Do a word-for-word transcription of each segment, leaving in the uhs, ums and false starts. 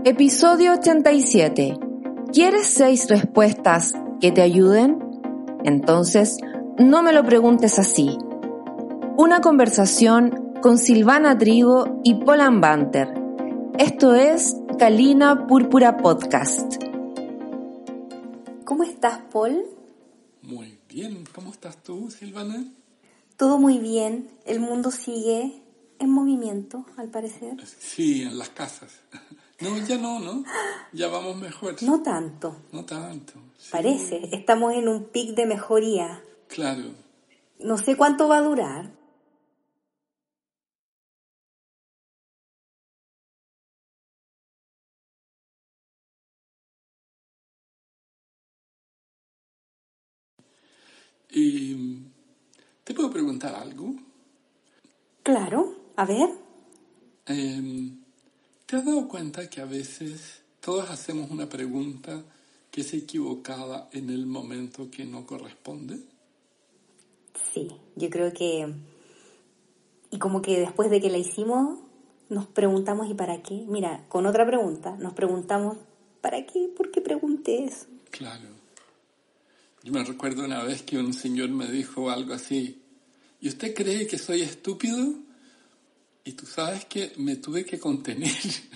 Episodio ochenta y siete. ¿Quieres seis respuestas que te ayuden? Entonces, no me lo preguntes así. Una conversación con Silvana Trigo y Paul Ambanter. Esto es Kalina Púrpura Podcast. ¿Cómo estás, Paul? Muy bien. ¿Cómo estás tú, Silvana? Todo muy bien. El mundo sigue en movimiento, al parecer. Sí, en las casas. No, ya no, ¿no? Ya vamos mejor. No tanto. No tanto. Sí. Parece. Estamos en un pic de mejoría. Claro. No sé cuánto va a durar. ¿Y te puedo preguntar algo? Claro. A ver. Eh, ¿Te has dado cuenta que a veces todos hacemos una pregunta que es equivocada en el momento que no corresponde? Sí, yo creo que... Y como que después de que la hicimos, nos preguntamos ¿y para qué? Mira, con otra pregunta, nos preguntamos ¿para qué? ¿Por qué pregunté eso? Claro. Yo me recuerdo una vez que un señor me dijo algo así: ¿y usted cree que soy estúpido? Y tú sabes que me tuve que contener.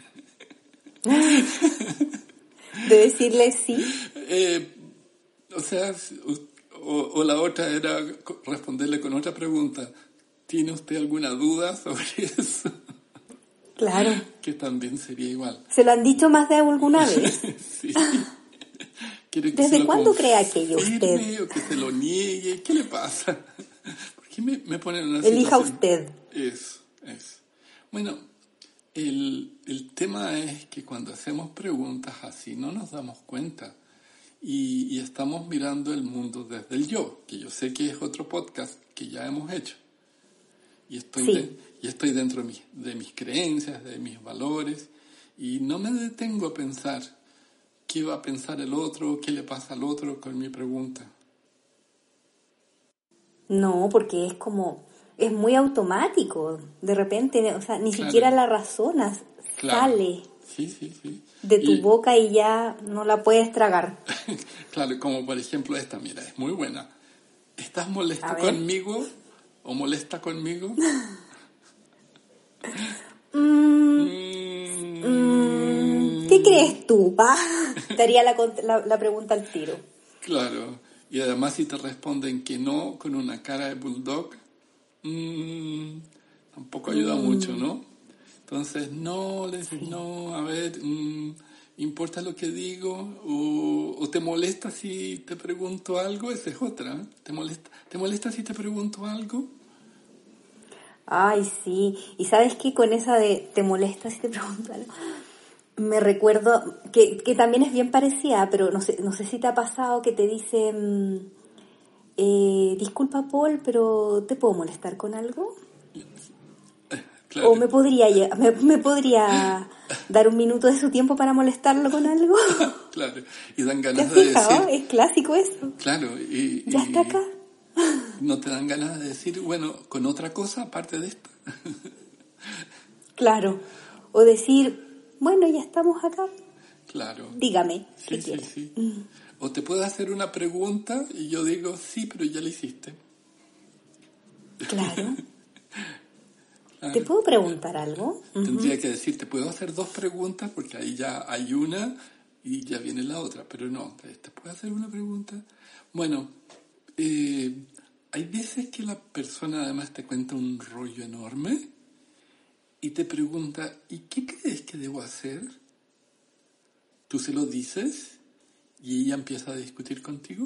¿De decirle sí? Eh, o sea, o, o la otra era responderle con otra pregunta: ¿tiene usted alguna duda sobre eso? Claro. Que también sería igual. ¿Se lo han dicho más de alguna vez? Sí. ¿Quiere que ¿Desde se lo cuándo cree confirme aquello usted? o que se lo niegue? ¿Qué le pasa? ¿Por qué me, me ponen en una Elija situación? usted. Eso, eso. Bueno, el, el tema es que cuando hacemos preguntas así no nos damos cuenta y, y estamos mirando el mundo desde el yo, que yo sé que es otro podcast que ya hemos hecho. Y estoy, Sí. de, y estoy dentro de mis, de mis creencias, de mis valores, y no me detengo a pensar qué va a pensar el otro, qué le pasa al otro con mi pregunta. No, porque es como, es muy automático. De repente, o sea, ni Claro. siquiera la razonas, Claro. sale Sí, sí, sí. de tu Y, boca y ya no la puedes tragar. claro, como por ejemplo esta, mira, es muy buena. ¿Estás A molesto ver. conmigo o molesta conmigo? Mm, Mm, mm, ¿Qué crees tú, pa? Te haría la, cont- la, la pregunta al tiro. Claro. Y además si te responden que no con una cara de bulldog, mmm, tampoco ayuda Mm, mucho, ¿no? Entonces, no, le dices, sí. no, a ver, mmm, ¿importa lo que digo? O, ¿O te molesta si te pregunto algo? Esa es otra. ¿eh? ¿Te molesta, ¿Te molesta si te pregunto algo? Ay, sí. Y sabes qué, con esa de te molesta si te pregunto algo, me recuerdo que, que también es bien parecida, pero no sé, no sé si te ha pasado que te dicen, eh, disculpa Paul, pero ¿te puedo molestar con algo? Claro. ¿O me podría, lle- me, me podría dar un minuto de su tiempo para molestarlo con algo? Claro. Y dan ¿Te ganas has de fijado? decir, Es clásico eso. claro, y, ¿Ya está y acá? no te dan ganas de decir, bueno, con otra cosa aparte de esto. Claro. O decir, bueno, ya estamos acá. Claro. Dígame, Sí, ¿qué sí, quiere? sí. O te puedo hacer una pregunta y yo digo, sí, pero ya la hiciste. Claro. Claro. ¿Te puedo preguntar algo? Tendría Ujú. que decir, te puedo hacer dos preguntas porque ahí ya hay una y ya viene la otra, pero no, te, te puedo hacer una pregunta. Bueno, eh, hay veces que la persona además te cuenta un rollo enorme y te pregunta, ¿y qué crees que debo hacer? Tú se lo dices y ella empieza a discutir contigo.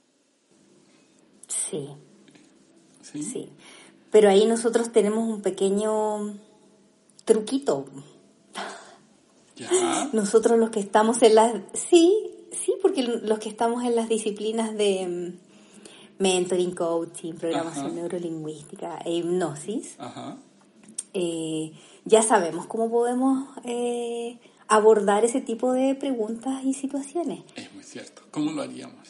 Sí, ¿Sí? sí. Pero ahí nosotros tenemos un pequeño truquito. ¿Ya? Nosotros los que estamos en las... Sí, sí, porque los que estamos en las disciplinas de mm, mentoring, coaching, programación Ajá. neurolingüística e hipnosis, Ajá. eh, ya sabemos cómo podemos eh, abordar ese tipo de preguntas y situaciones. Es muy cierto. ¿Cómo lo haríamos?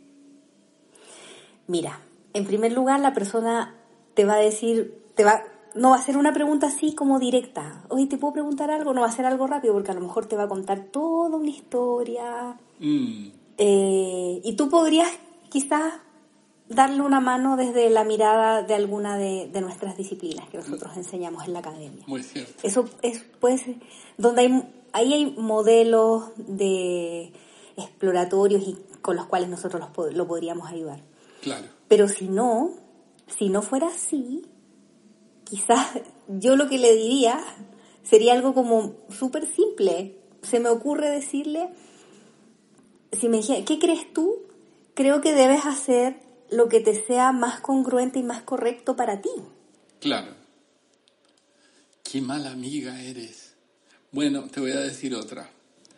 Mira, en primer lugar la persona te va a decir, te va, no va a ser una pregunta así como directa. Oye, ¿te puedo preguntar algo? No va a ser algo rápido porque a lo mejor te va a contar toda una historia. Mm. Eh, y tú podrías quizás darle una mano desde la mirada de alguna de, de nuestras disciplinas que nosotros enseñamos en la academia. Muy cierto. Eso es, pues, donde hay, ahí hay modelos de exploratorios y con los cuales nosotros los, lo podríamos ayudar. Claro. Pero si no, si no fuera así, quizás yo lo que le diría sería algo como súper simple. Se me ocurre decirle, si me dijera, ¿qué crees tú? Creo que debes hacer lo que te sea más congruente y más correcto para ti. Claro. Qué mala amiga eres. Bueno, te voy a decir otra.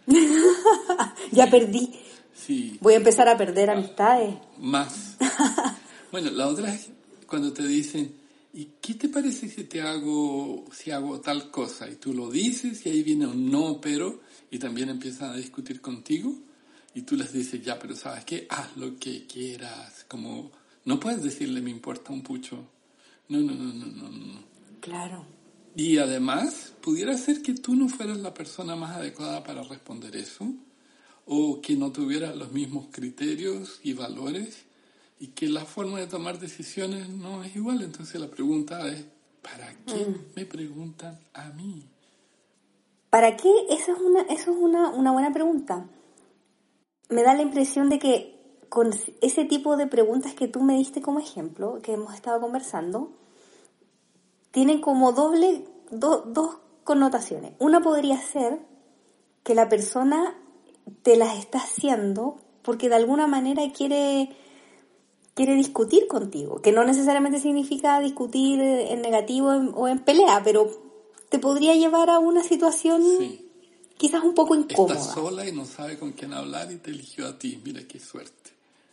Ya Sí. perdí. Sí. Voy a empezar a perder amistades. Más. Bueno, la otra es cuando te dicen, ¿y qué te parece si te hago, si hago tal cosa? Y tú lo dices y ahí viene un no, pero, y también empiezan a discutir contigo y tú les dices, ya, pero ¿sabes qué? Haz lo que quieras. Como, no puedes decirle, me importa un pucho. No, no, no, no, no, no. Claro. Y además, pudiera ser que tú no fueras la persona más adecuada para responder eso, o que no tuvieras los mismos criterios y valores, y que la forma de tomar decisiones no es igual. Entonces la pregunta es, ¿para qué Mm. me preguntan a mí? ¿Para qué? Eso es una, eso es una, una buena pregunta. Me da la impresión de que con ese tipo de preguntas que tú me diste como ejemplo, que hemos estado conversando, tienen como doble, do, dos connotaciones. Una podría ser que la persona te las está haciendo porque de alguna manera quiere, quiere discutir contigo, que no necesariamente significa discutir en negativo o en pelea, pero te podría llevar a una situación Sí. quizás un poco incómoda. Está sola y no sabe con quién hablar y te eligió a ti. Mira qué suerte.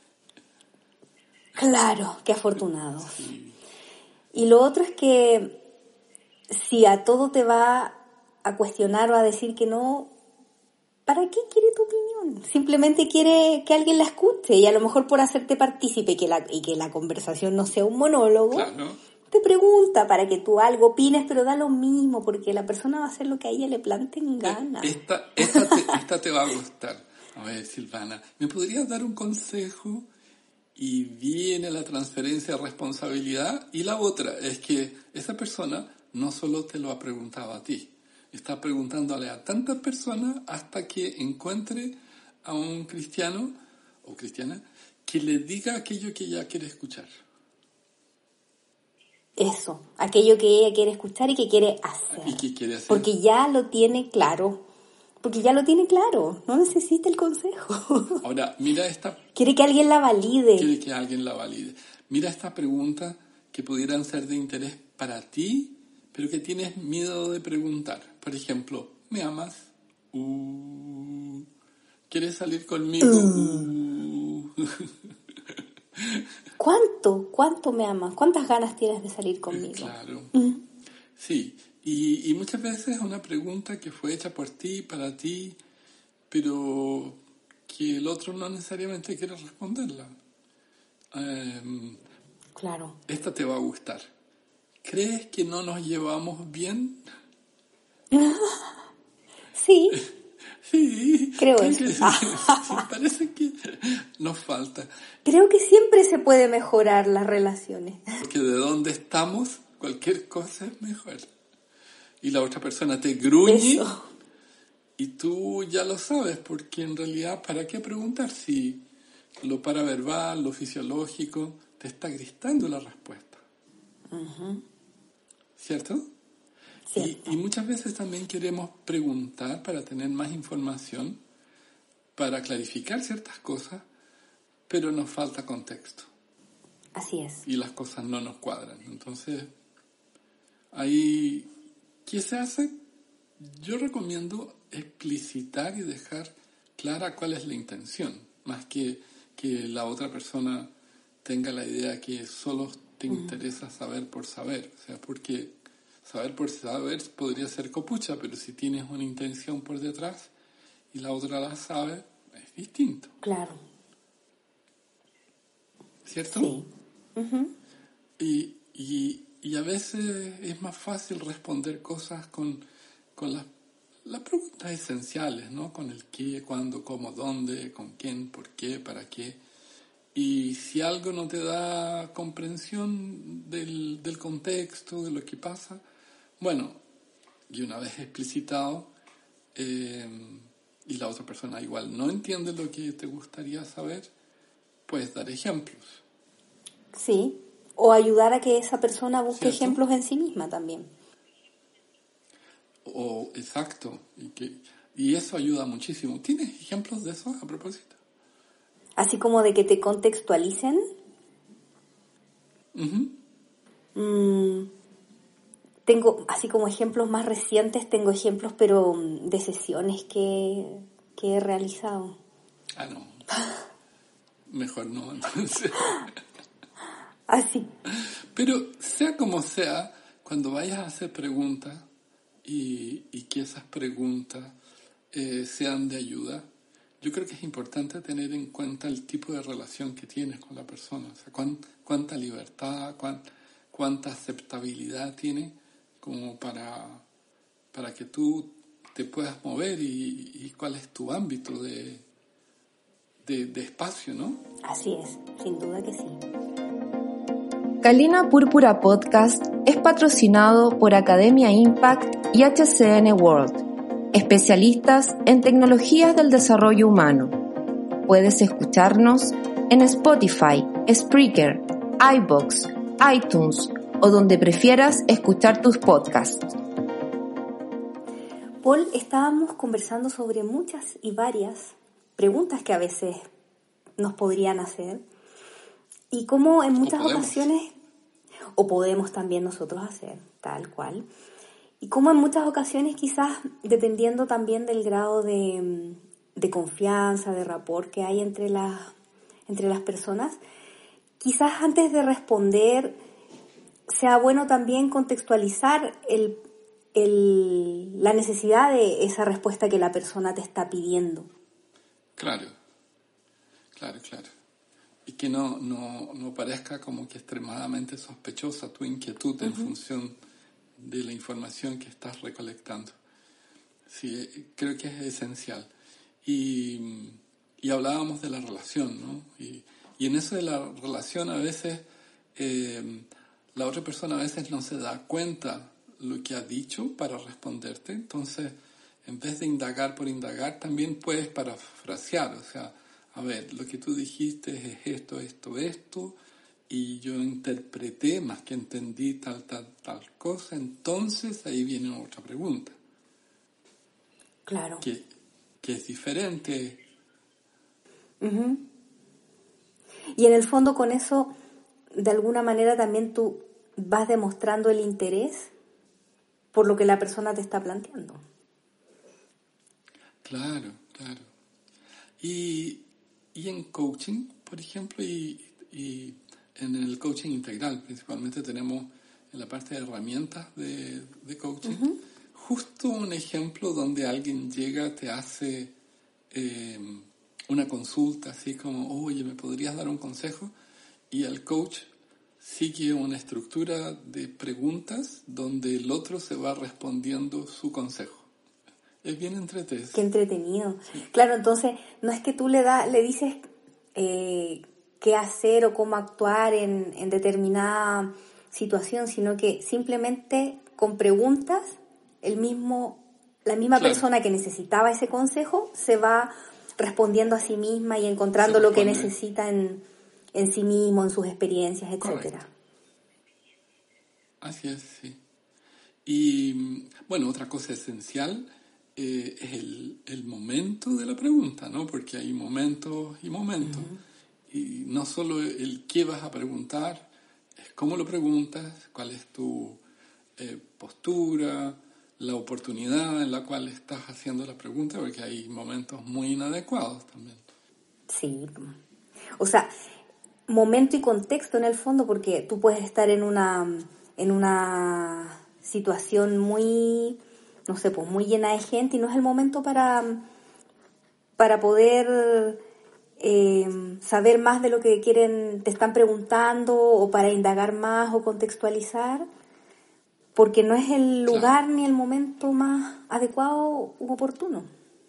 Claro, qué afortunados. Sí. Y lo otro es que si a todo te va a cuestionar o a decir que no, ¿para qué quiere tu opinión? Simplemente quiere que alguien la escuche y a lo mejor por hacerte partícipe que la, y que la conversación no sea un monólogo, Claro. te pregunta para que tú algo opines, pero da lo mismo porque la persona va a hacer lo que a ella le plante en gana. Esta, esta, te, esta te va a gustar. A ver, Silvana, ¿me podrías dar un consejo? Y viene la transferencia de responsabilidad. Y la otra es que esa persona no solo te lo ha preguntado a ti, está preguntándole a tantas personas hasta que encuentre a un cristiano o cristiana que le diga aquello que ella quiere escuchar. Eso, aquello que ella quiere escuchar y que quiere hacer. ¿Y qué quiere hacer? Porque ya lo tiene claro. Porque ya lo tiene claro. No necesita el consejo. Ahora, mira esta... Quiere que alguien la valide. Quiere que alguien la valide. Mira esta pregunta que pudieran ser de interés para ti, pero que tienes miedo de preguntar. Por ejemplo, ¿me amas? Uh, ¿Quieres salir conmigo? Uh. ¿Cuánto? ¿Cuánto me amas? ¿Cuántas ganas tienes de salir conmigo? Claro. Mm. Sí, y, y muchas veces es una pregunta que fue hecha por ti, para ti, pero que el otro no necesariamente quiere responderla. Um, Claro. esta te va a gustar. ¿Crees que no nos llevamos bien? Sí, Sí. creo que- eso. que- sí, parece que nos falta. Creo que siempre se puede mejorar las relaciones. Porque de donde estamos, cualquier cosa es mejor. Y la otra persona te gruñe Eso. y tú ya lo sabes, porque en realidad, ¿para qué preguntar si lo paraverbal, lo fisiológico, te está gritando la respuesta? Uh-huh. ¿Cierto? Cierto. Y, y muchas veces también queremos preguntar para tener más información, para clarificar ciertas cosas, pero nos falta contexto Así es. y las cosas no nos cuadran. Entonces, ahí, ¿qué se hace? Yo recomiendo explicitar y dejar clara cuál es la intención, más que que la otra persona tenga la idea que solo te interesa saber por saber. O sea, porque saber por saber podría ser copucha, pero si tienes una intención por detrás y la otra la sabe, es distinto. Claro. ¿Cierto? Sí. Uh-huh. Y, y, y a veces es más fácil responder cosas con, con las, las preguntas esenciales, ¿no? Con el qué, cuándo, cómo, dónde, con quién, por qué, para qué. Y si algo no te da comprensión del, del contexto, de lo que pasa, bueno, y una vez explicitado, eh, y la otra persona igual no entiende lo que te gustaría saber, puedes dar ejemplos. Sí, o ayudar a que esa persona busque ¿Cierto? ejemplos en sí misma también. O, exacto, y, que, y eso ayuda muchísimo. ¿Tienes ejemplos de eso a propósito? Así como de que te contextualicen. Uh-huh. Mm, tengo, así como ejemplos más recientes, tengo ejemplos, pero mm, de sesiones que, que he realizado. Ah, no. Mejor no, entonces. Así. Pero sea como sea, cuando vayas a hacer preguntas y, y que esas preguntas eh, sean de ayuda, yo creo que es importante tener en cuenta el tipo de relación que tienes con la persona, o sea, cuán, cuánta libertad, cuán, cuánta aceptabilidad tiene como para, para que tú te puedas mover y, y cuál es tu ámbito de, de, de espacio, ¿no? Así es, sin duda que sí. Kalina Púrpura Podcast es patrocinado por Academia Impact y H C N World, especialistas en tecnologías del desarrollo humano. Puedes escucharnos en Spotify, Spreaker, iVoox, iTunes o donde prefieras escuchar tus podcasts. Paul, estábamos conversando sobre muchas y varias preguntas que a veces nos podrían hacer y cómo en muchas ocasiones, o podemos también nosotros hacer, tal cual, y cómo en muchas ocasiones quizás, dependiendo también del grado de, de confianza, de rapport que hay entre las, entre las personas, quizás antes de responder sea bueno también contextualizar el, el, la necesidad de esa respuesta que la persona te está pidiendo. Claro, claro, claro. Y que no, no, no parezca como que extremadamente sospechosa tu inquietud uh-huh. en función de la información que estás recolectando. Sí, creo que es esencial. Y, y hablábamos de la relación, ¿no? Y, y en eso de la relación a veces eh, la otra persona a veces no se da cuenta lo que ha dicho para responderte. Entonces, en vez de indagar por indagar, también puedes parafrasear, o sea, a ver, lo que tú dijiste es esto, esto, esto, y yo interpreté más que entendí tal, tal, tal cosa, entonces ahí viene otra pregunta. Claro. Que, que es diferente. Uh-huh. Y en el fondo con eso, de alguna manera también tú vas demostrando el interés por lo que la persona te está planteando. Claro, claro. Y, y en coaching, por ejemplo, y, y en el coaching integral, principalmente tenemos en la parte de herramientas de, de coaching, uh-huh. justo un ejemplo donde alguien llega, te hace eh, una consulta, así como, oye, ¿me podrías dar un consejo? Y el coach sigue una estructura de preguntas donde el otro se va respondiendo su consejo. Es bien entretenido. Qué entretenido. Sí. Claro, entonces no es que tú le da, le dices eh, qué hacer o cómo actuar en, en determinada situación, sino que simplemente con preguntas el mismo, la misma claro. persona que necesitaba ese consejo se va respondiendo a sí misma y encontrando lo que necesita en, en sí mismo, en sus experiencias, etcétera. Correcto. Así es, sí. Y bueno, otra cosa esencial Eh, es el, el momento de la pregunta, ¿no? Porque hay momentos y momentos. Uh-huh. Y no solo el qué vas a preguntar, es cómo lo preguntas, cuál es tu eh, postura, la oportunidad en la cual estás haciendo la pregunta, porque hay momentos muy inadecuados también. Sí. O sea, momento y contexto en el fondo, porque tú puedes estar en una, en una situación muy... no sé, pues muy llena de gente y no es el momento para, para poder eh, saber más de lo que quieren, te están preguntando, o para indagar más o contextualizar, porque no es el lugar Claro, ni el momento más adecuado u oportuno.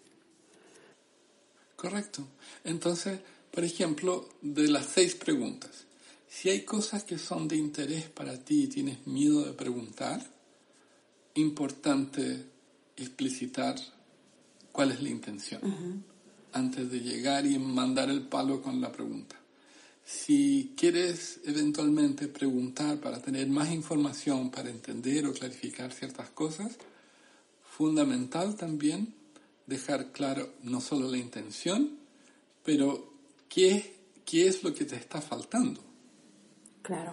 correcto. Entonces, por ejemplo, de las seis preguntas, si hay cosas que son de interés para ti y tienes miedo de preguntar, importante explicitar cuál es la intención Uh-huh. antes de llegar y mandar el palo con la pregunta. Si quieres eventualmente preguntar para tener más información, para entender o clarificar ciertas cosas, fundamental también dejar claro no solo la intención, pero qué, qué es lo que te está faltando. Claro.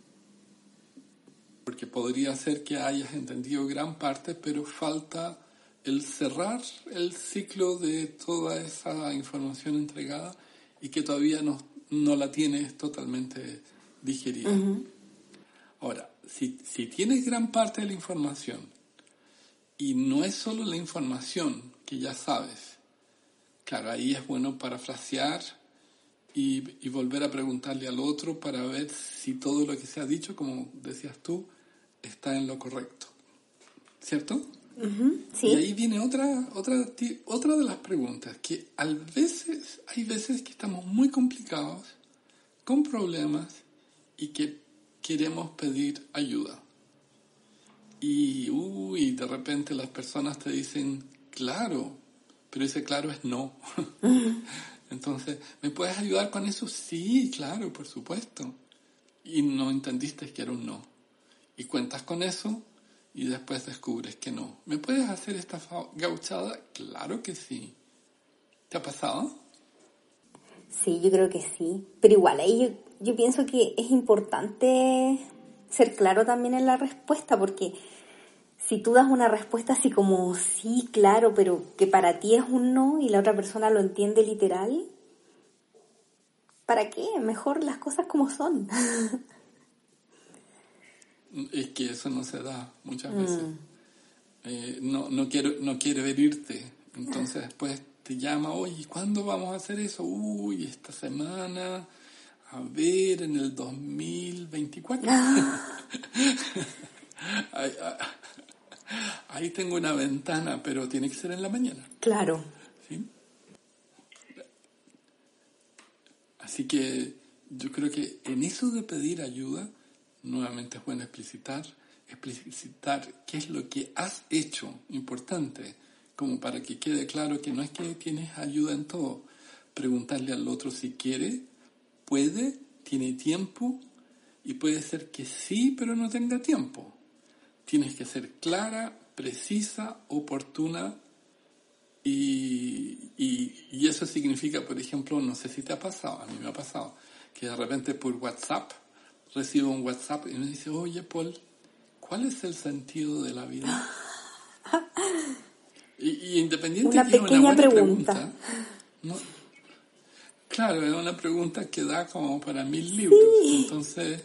Porque podría ser que hayas entendido gran parte, pero falta el cerrar el ciclo de toda esa información entregada y que todavía no, no la tienes totalmente digerida. Uh-huh. Ahora, si, si tienes gran parte de la información y no es solo la información que ya sabes, claro, ahí es bueno parafrasear y, y volver a preguntarle al otro para ver si todo lo que se ha dicho, como decías tú, está en lo correcto. ¿Cierto? Uh-huh. Sí. Y ahí viene otra, otra, otra de las preguntas, que a veces, hay veces que estamos muy complicados, con problemas, y que queremos pedir ayuda. Y, uy, de repente las personas te dicen, claro, pero ese claro es no. Uh-huh. Entonces, ¿me puedes ayudar con eso? Sí, claro, por supuesto. Y no entendiste que era un no. Y cuentas con eso y después descubres que no. ¿Me puedes hacer esta gauchada? Claro que sí. ¿Te ha pasado? Sí, yo creo que sí. Pero igual, ahí yo, yo pienso que es importante ser claro también en la respuesta, porque si tú das una respuesta así como sí, claro, pero que para ti es un no y la otra persona lo entiende literal, ¿para qué? Mejor las cosas como son. Es que eso no se da muchas Mm. veces. Eh, no, no, quiero, no quiere venirte. Entonces después te llama, oye, ¿cuándo vamos a hacer eso? Uy, esta semana, a ver, en el dos mil veinticuatro. ahí, ahí tengo una ventana, pero tiene que ser en la mañana. Claro. ¿Sí? Así que yo creo que en eso de pedir ayuda, nuevamente es bueno explicitar, explicitar qué es lo que has hecho, importante, como para que quede claro que no es que tienes ayuda en todo. Preguntarle al otro si quiere, puede, tiene tiempo, y puede ser que sí, pero no tenga tiempo. Tienes que ser clara, precisa, oportuna, y, y, y eso significa, por ejemplo, no sé si te ha pasado, a mí me ha pasado, que de repente por WhatsApp recibo un WhatsApp y me dice, oye Paul, ¿cuál es el sentido de la vida? Y, y independiente Una que es una pequeña buena pregunta. pregunta, ¿no? Claro, es una pregunta que da como para mil libros. Sí. Entonces,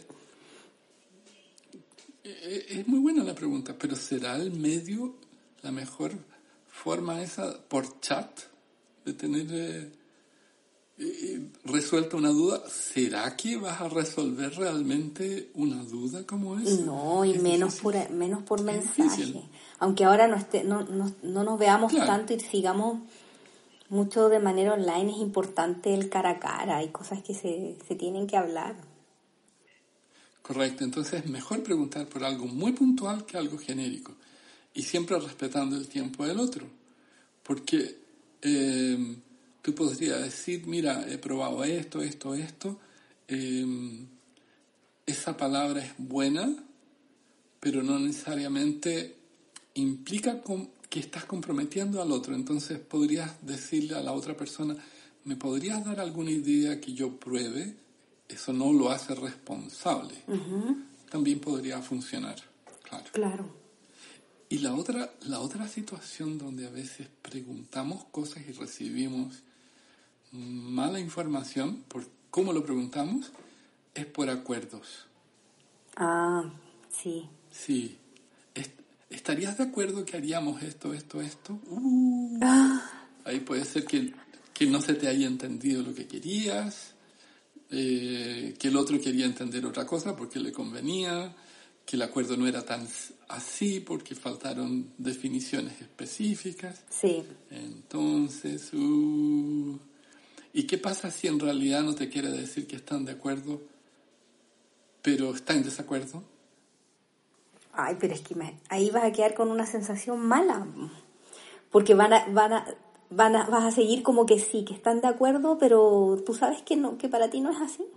e- es muy buena la pregunta, pero ¿será el medio la mejor forma esa por chat de tener eh, eh, resuelta una duda? ¿Será que vas a resolver realmente una duda como esa? No, y Es menos difícil. por, menos por Es mensaje. difícil. Aunque ahora no, esté, no, no, no nos veamos Claro. tanto y sigamos mucho de manera online, es importante el cara a cara. Hay cosas que se, se tienen que hablar. Correcto, entonces es mejor preguntar por algo muy puntual que algo genérico. Y siempre respetando el tiempo del otro. Porque eh, tú podrías decir, mira, he probado esto, esto, esto. Eh, esa palabra es buena, pero no necesariamente implica com- que estás comprometiendo al otro. Entonces podrías decirle a la otra persona, ¿me podrías dar alguna idea que yo pruebe? Eso no lo hace responsable. Uh-huh. También podría funcionar, claro. Claro. Y la otra, la otra situación donde a veces preguntamos cosas y recibimos mala información por cómo lo preguntamos es por acuerdos. Ah, sí. Sí. Est- ¿Estarías de acuerdo que haríamos esto, esto, esto? Uh, Ah, ahí puede ser que, que no se te haya entendido lo que querías, eh, que el otro quería entender otra cosa porque le convenía, que el acuerdo no era tan así porque faltaron definiciones específicas. Sí. Entonces, uh, ¿y qué pasa si en realidad no te quiere decir que están de acuerdo, pero está en desacuerdo? Ay, pero es que me, ahí vas a quedar con una sensación mala, porque van a, van a, van a, vas a seguir como que sí, que están de acuerdo, pero tú sabes que no, que para ti no es así.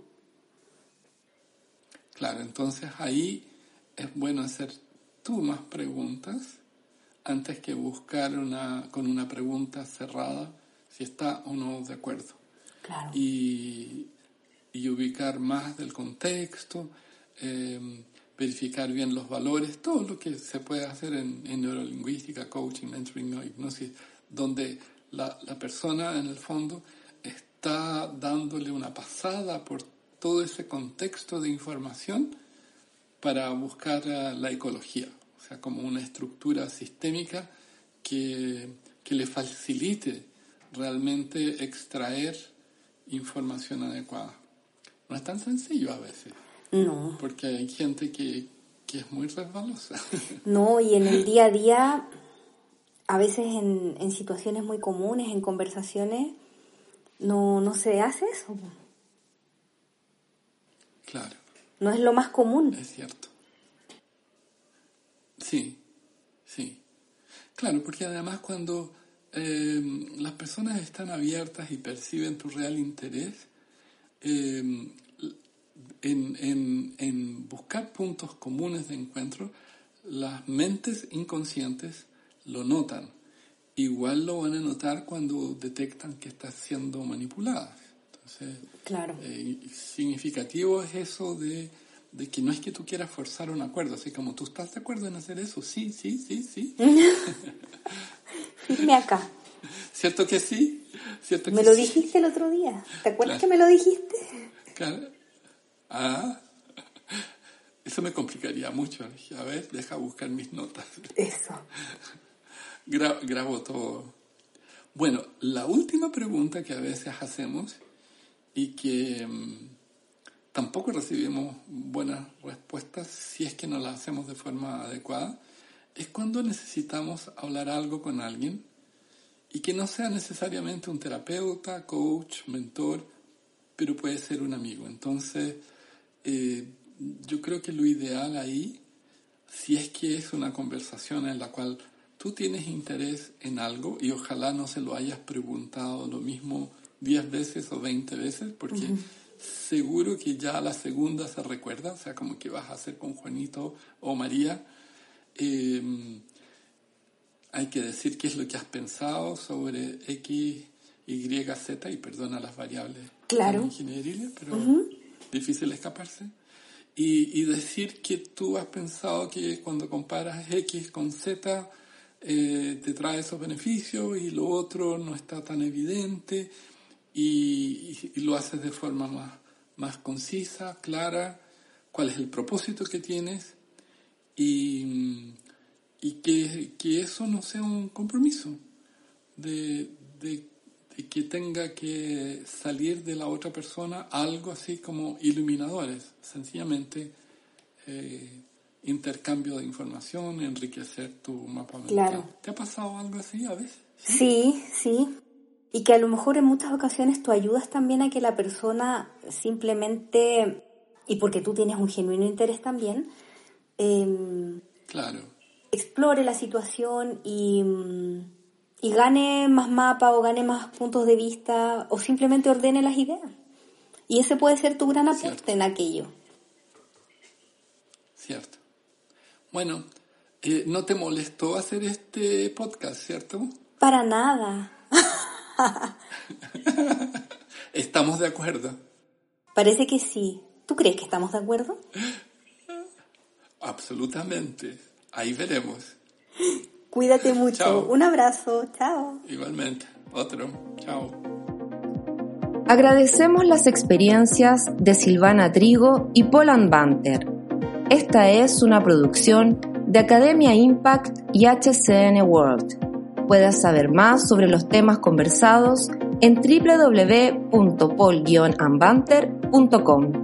Claro, entonces ahí es bueno hacer tú más preguntas antes que buscar una con una pregunta cerrada si está o no de acuerdo. Claro. Y, y ubicar más del contexto, eh, verificar bien los valores, todo lo que se puede hacer en, en neurolingüística, coaching, mentoring o hipnosis, donde la, la persona en el fondo está dándole una pasada por todo ese contexto de información para buscar uh, la ecología, o sea, como una estructura sistémica que, que le facilite realmente extraer información adecuada. No es tan sencillo a veces. No. Porque hay gente que, que es muy resbalosa. No, y en el día a día, a veces en, en situaciones muy comunes, en conversaciones, no, no se hace eso. Claro. No es lo más común. Es cierto. Sí, sí. Claro, porque además cuando eh, las personas están abiertas y perciben tu real interés, eh, en, en, en buscar puntos comunes de encuentro, las mentes inconscientes lo notan. Igual lo van a notar cuando detectan que estás siendo manipuladas. Entonces, claro. eh, significativo es eso de, de que no es que tú quieras forzar un acuerdo, así como tú estás de acuerdo en hacer eso, sí, sí, sí, sí. Firme acá. ¿Cierto que sí? ¿Cierto que me lo sí? dijiste el otro día. ¿Te acuerdas Claro. que me lo dijiste? Claro. Ah, eso me complicaría mucho. A ver, deja buscar mis notas. Eso. Gra- grabo todo. Bueno, la última pregunta que a veces hacemos y que mmm, tampoco recibimos buenas respuestas si es que no la hacemos de forma adecuada, es cuando necesitamos hablar algo con alguien y que no sea necesariamente un terapeuta, coach, mentor, pero puede ser un amigo. Entonces, eh, yo creo que lo ideal ahí, si es que es una conversación en la cual tú tienes interés en algo y ojalá no se lo hayas preguntado lo mismo diez veces o veinte veces, porque uh-huh. seguro que ya la segunda se recuerda, o sea, como que vas a hacer con Juanito o María. Eh, hay que decir qué es lo que has pensado sobre X, Y, Z, y perdona las variables claro. ingenieriles, pero uh-huh. difícil escaparse. Y, y decir que tú has pensado que cuando comparas X con Z eh, te trae esos beneficios y lo otro no está tan evidente, y, y, y lo haces de forma más, más concisa, clara, cuál es el propósito que tienes, y, y que, que eso no sea un compromiso de, de, de que tenga que salir de la otra persona algo así como iluminadores, sencillamente eh, intercambio de información, enriquecer tu mapa mental. Claro. ¿Te ha pasado algo así a veces? Sí, sí. Y que a lo mejor en muchas ocasiones tú ayudas también a que la persona simplemente, y porque tú tienes un genuino interés también, eh, claro. explore la situación y, y gane más mapa o gane más puntos de vista o simplemente ordene las ideas. Y ese puede ser tu gran aporte Cierto. En aquello. Cierto. Bueno, eh, no te molestó hacer este podcast, ¿cierto? Para nada. ¿Estamos de acuerdo? Parece que sí. ¿Tú crees que estamos de acuerdo? Absolutamente. Ahí veremos. Cuídate mucho. Chao. Un abrazo. Chao. Igualmente. Otro. Chao. Agradecemos las experiencias de Silvana Trigo y Poland Banter. Esta es una producción de Academia Impact y H C N World. Puedes saber más sobre los temas conversados en w w w punto pol guion and banter punto com.